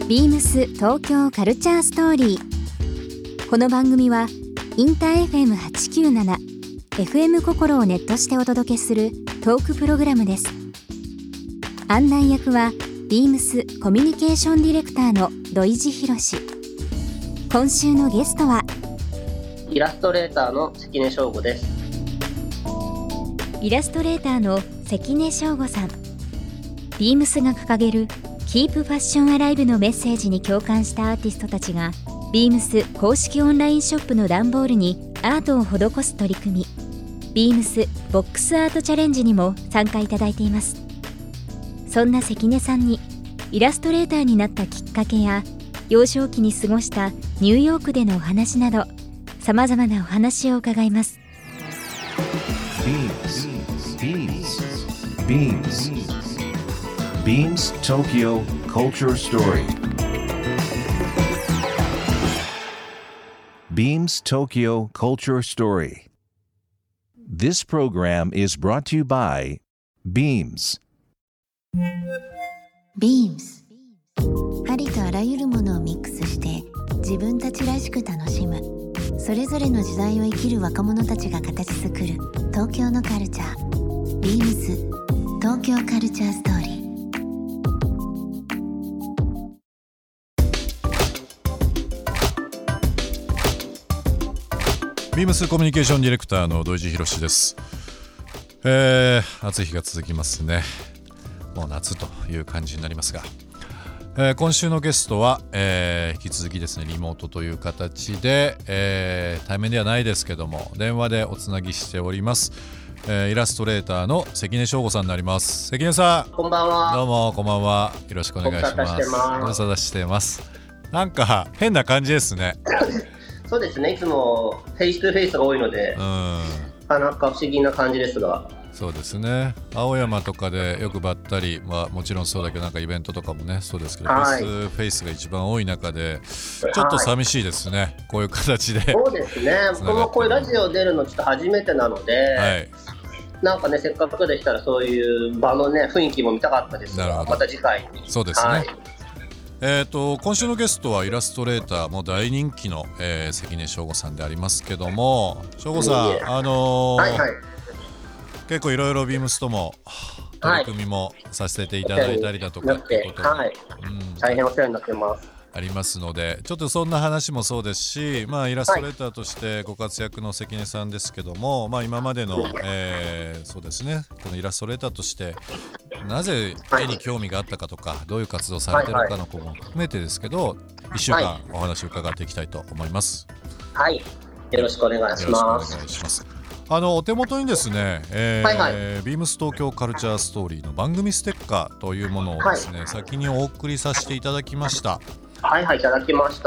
ビームス東京カルチャーストーリー。この番組はインター FM897 FM 心をネットしてお届けするトークプログラムです。案内役はビームスコミュニケーションディレクターの土井博志。今週のゲストはイラストレーターの関根翔吾です。 イラストレーターの関根翔吾さん。ビームスが掲げるKeep Passion Alive のメッセージに共感したアーティストたちがビームス公式オンラインショップの段ボールにアートを施す取り組み、ビームスボックスアートチャレンジにも参加いただいています。そんな関根さんにイラストレーターになったきっかけや幼少期に過ごしたニューヨークでのお話などさまざまなお話を伺います。 Beams Tokyo Culture Story. Beams Tokyo Culture Story. This program is brought to you by Beams. Beams ありとあらゆるものをミックスして自分たちらしく楽しむ、それぞれの時代を生きる若者たちが形作る東京のカルチャー。 Beams 東京カルチャーストーリー。 ビームスコミュニケーションディレクターの土井博志です。暑い日が続きますね。もう夏という感じになりますが、今週のゲストは、引き続きですねリモートという形で、対面ではないですけども電話でおつなぎしております。イラストレーターの関根翔吾さんになります。関根さん、 こんばんは。 どうもこんばんは。よろしくお願いします。ご無沙汰してます。なんか変な感じですね。 そうですね、いつもフェイス2フェイスが多いので、なかなか不思議な感じですが。 そうですね、青山とかでよくばったり、もちろんそうだけどなんかイベントとかもねそうですけど、フェイスが一番多い中でちょっと寂しいですね、こういう形で。そうですね、僕もこういうラジオ出るのちょっと初めてなので、なんかね、せっかくでしたらそういう場のね雰囲気も見たかったですが、また次回に。 そうですね、今週のゲストはイラストレーターも大人気の、関根翔吾さんでありますけども、翔吾さん、結構いろいろビームスとも取り組みもさせていただいたりだとかっていうことも、 大変お世話になってますありますので、ちょっとそんな話もそうですし、イラストレーターとしてご活躍の関根さんですけども、今までの、そうですね、このイラストレーターとしてなぜ絵に興味があったかとか、どういう活動されてるかのことも含めてですけど、1週間お話を伺っていきたいと思います。 はい、よろしくお願いします。 お手元にですね、ビームス東京カルチャーストーリーの番組ステッカーというものをですね、先にお送りさせていただきました。 いただきました。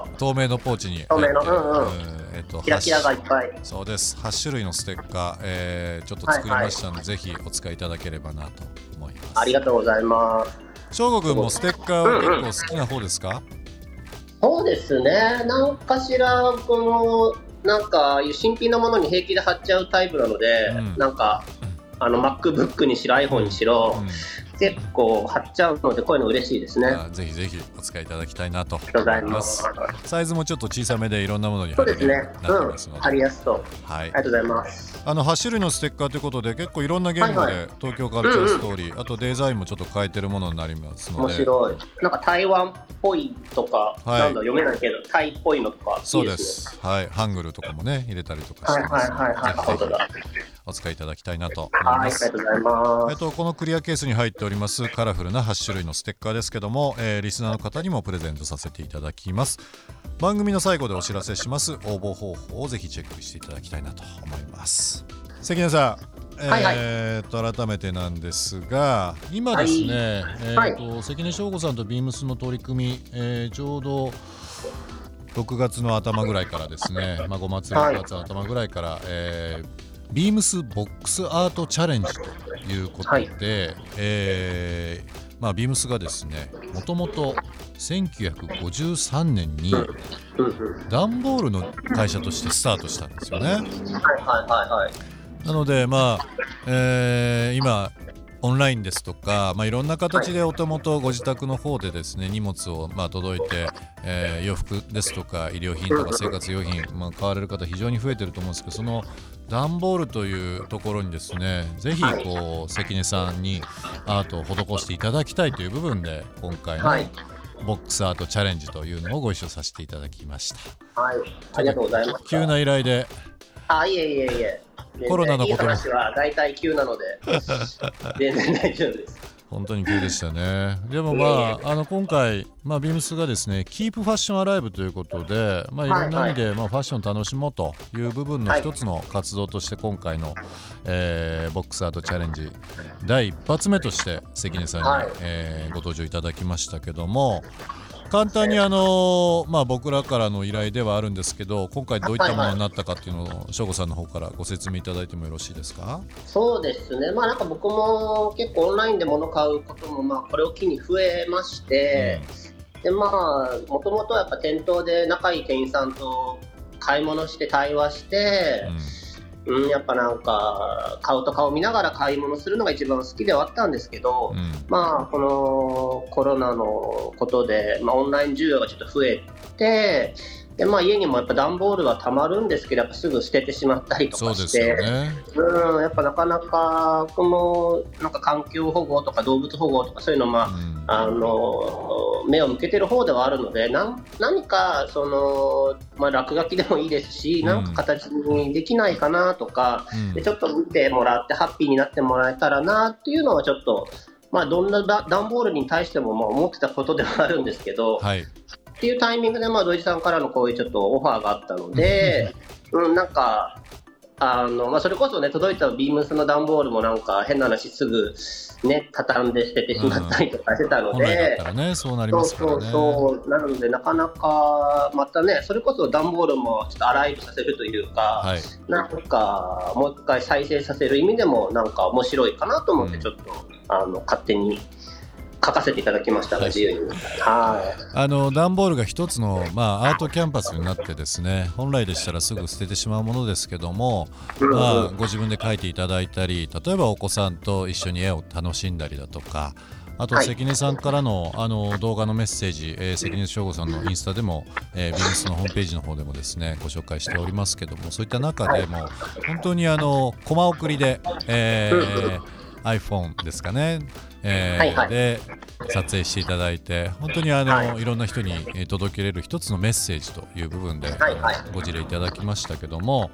透明のポーチに透明の、キラキラがいっぱい。 そうです、8種類のステッカー、ちょっと作りましたので、ぜひお使いいただければなと思います。 ありがとうございます。 翔吾君もステッカーは結構好きな方ですか？ そうですね、なんかしらこのなんか新品のものに平気で貼っちゃうタイプなので、なんかMacBook にしろ iPhone にしろ、結構貼っちゃうので、こういうの嬉しいですね。 ぜひぜひお使いいただきたいなと思います。サイズもちょっと小さめでいろんなものに貼れるようになってますので、 貼りやすそう。ありがとうございます。 8種類のステッカーということで、結構いろんな言語で東京カルチャーストーリー、あとデザインもちょっと変えてるものになりますので。 面白い。なんか台湾っぽいとか、なんだ読めないけどタイっぽいのとかいいですね。 そうです、ハングルとかもね入れたりとかしてますので、ぜひお使いいただきたいなと思います。 ありがとうございます。 このクリアケースに入っておりますカラフルな8種類のステッカーですけども、リスナーの方にもプレゼントさせていただきます。番組の最後でお知らせします応募方法をぜひチェックしていただきたいなと思います。関根さん、改めてなんですが、今ですね、関根翔吾さんとビームスの取り組み、ちょうど6月の頭ぐらいからですね、5月6月の頭ぐらいから、ビームスボックスアートチャレンジということで、ビームスがですね、もともと1953年に段ボールの会社としてスタートしたんですよね。なので今オンラインですとか、いろんな形でお手元ご自宅の方でですね荷物を届いて、洋服ですとか衣料品とか生活用品、買われる方非常に増えてると思うんですけど、その段ボールというところにですねぜひ関根さんにアートを施していただきたいという部分で今回のボックスアートチャレンジというのをご一緒させていただきました。 はい、ありがとうございます。 急な依頼で。 いえ。 コロナのことも。 いい話は大体急なので全然大丈夫です。 本当に急でしたね。でも今回、ビームスがですねキープファッションアライブということで、いろんな意味で、ファッションを楽しもうという部分の一つの活動として今回の、ボックスアートチャレンジ第一発目として関根さんに、ご登場いただきましたけども、簡単に僕らからの依頼ではあるんですけど、今回どういったものになったかっていうのを省吾さんの方からご説明いただいてもよろしいですか？ そうですね、なんか僕も結構オンラインで物買うこともこれを機に増えまして、でもともとやっぱ店頭で仲いい店員さんと買い物して対話して、やっぱなんか顔と顔見ながら買い物するのが一番好きではあったんですけど、このコロナのことで、オンライン需要がちょっと増えて、で家にもやっぱ段ボールはたまるんですけど、やっぱすぐ捨ててしまったりとかして、やっぱなかなかこのなんか環境保護とか動物保護とかそういうの目を向けてる方ではあるので、何かその、落書きでもいいですし、なんか形にできないかなとか、でちょっと見てもらってハッピーになってもらえたらなっていうのはちょっと、どんな段ボールに対しても思ってたことではあるんですけど、っていうタイミングで土井さんからのこういうちょっとオファーがあったので、なんかそれこそね届いたビームスの段ボールもなんか変な話すぐね畳んで捨ててしまったりとかしてたので、 本来だったらねそうなりますからね。 そうなのでなかなかまたねそれこそ段ボールもちょっとアライブさせるというか、なんかもう一回再生させる意味でもなんか面白いかなと思ってちょっと、勝手に書かせていただきましたが、自由に。 段ボールが一つの、アートキャンパスになってですね、本来でしたらすぐ捨ててしまうものですけども、ご自分で描いていただいたり、例えばお子さんと一緒に絵を楽しんだりだとか、あと関根さんからの、動画のメッセージ、関根省吾さんのインスタでも、ビームスのホームページの方でもですねご紹介しておりますけども、そういった中でも本当にコマ送りで、iPhone ですかね、で撮影していただいて、本当にいろんな人に届けれる一つのメッセージという部分で、ご事例いただきましたけども、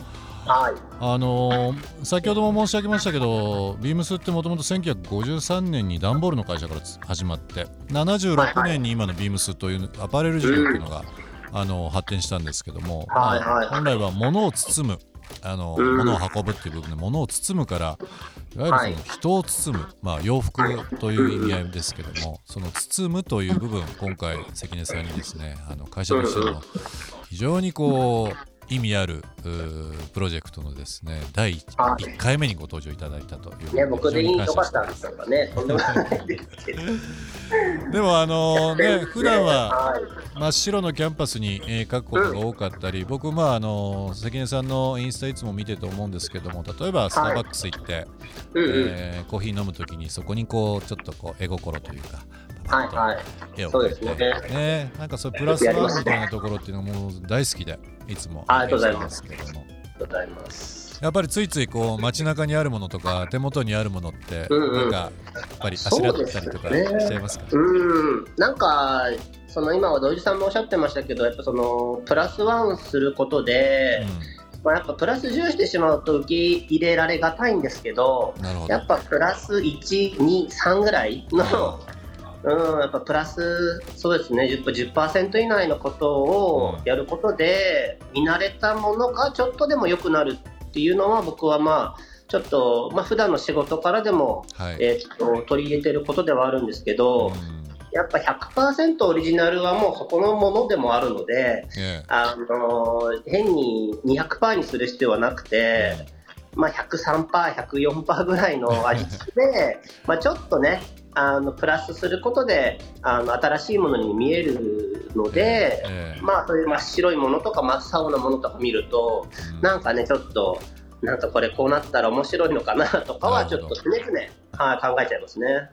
先ほども申し上げましたけど、ビームスってもともと1953年に段ボールの会社から始まって、76年に今のビームスというアパレル事業というのが、発展したんですけども、本来は物を包む物を運ぶっていう部分で物を包むから、いわゆるその人を包む、洋服という意味合いですけども、その包むという部分、今回関根さんにですね会社としての非常に意味あるプロジェクトのですね第1回目にご登場いただいたという、 僕でいいよかったんですかね。とんでもないですけどでも普段は真っ白のキャンパスに書くことが多かったり、僕関根さんのインスタいつも見てて思うんですけども、例えばスターバックス行って、コーヒー飲むときにそこにちょっと絵心というか絵を描いて、なんかそういうプラスワンみたいなところっていうのも大好きでいつもありがとうございますけども、 やっぱりついつい街中にあるものとか手元にあるものってなんかやっぱりあしらったりとかしちゃいますか？ なんか今は土井さんもおっしゃってましたけど、やっぱプラスワンすることで、やっぱプラス10してしまうと受け入れられがたいんですけど、やっぱプラス1、2、3ぐらいのやっぱプラスそうですね 10% 以内のことをやることで、見慣れたものがちょっとでも良くなるっていうのは、僕はちょっと普段の仕事からでも、取り入れてることではあるんですけど、やっぱ 100% オリジナルはもうそこのものでもあるので、変に 200% にする必要はなくて、103%、104% ぐらいの味付けでちょっとねプラスすることで新しいものに見えるので、そういう真っ白いものとか真っ青なものとか見ると、なんかねちょっとなんかこれこうなったら面白いのかなとかはちょっと常々、考えちゃいますね。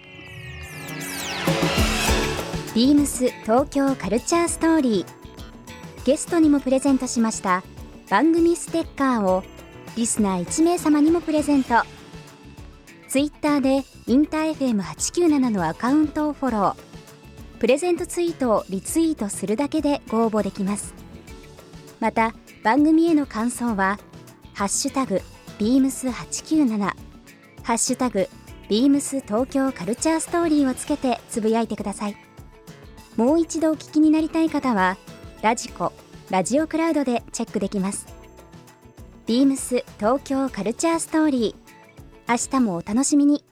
ビームス東京カルチャーストーリー、ゲストにもプレゼントしました番組ステッカーをリスナー1名様にもプレゼント。ツイッターでインター FM897 のアカウントをフォロー、プレゼントツイートをリツイートするだけでご応募できます。また番組への感想はハッシュタグビームス897、ハッシュタグビームス東京カルチャーストーリーをつけてつぶやいてください。もう一度お聞きになりたい方はラジコ、ラジオクラウドでチェックできます。ビームス東京カルチャーストーリー、明日もお楽しみに。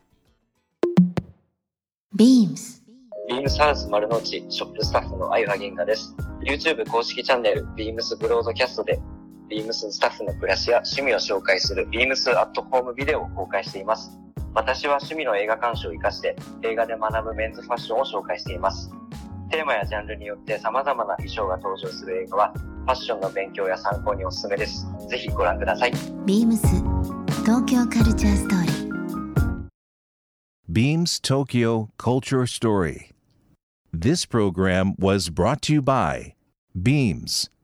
ビームスハウス丸の内ショップスタッフの相葉源賀です。 YouTube 公式チャンネルビームスブロードキャストでビームススタッフの暮らしや趣味を紹介するビームスアットホームビデオを公開しています。私は趣味の映画鑑賞を生かして映画で学ぶメンズファッションを紹介しています。テーマやジャンルによって様々な衣装が登場する映画はファッションの勉強や参考におすすめです。ぜひご覧ください。 ビームス東京カルチャーストーリー。 Beams Tokyo Culture Story. This program was brought to you by Beams.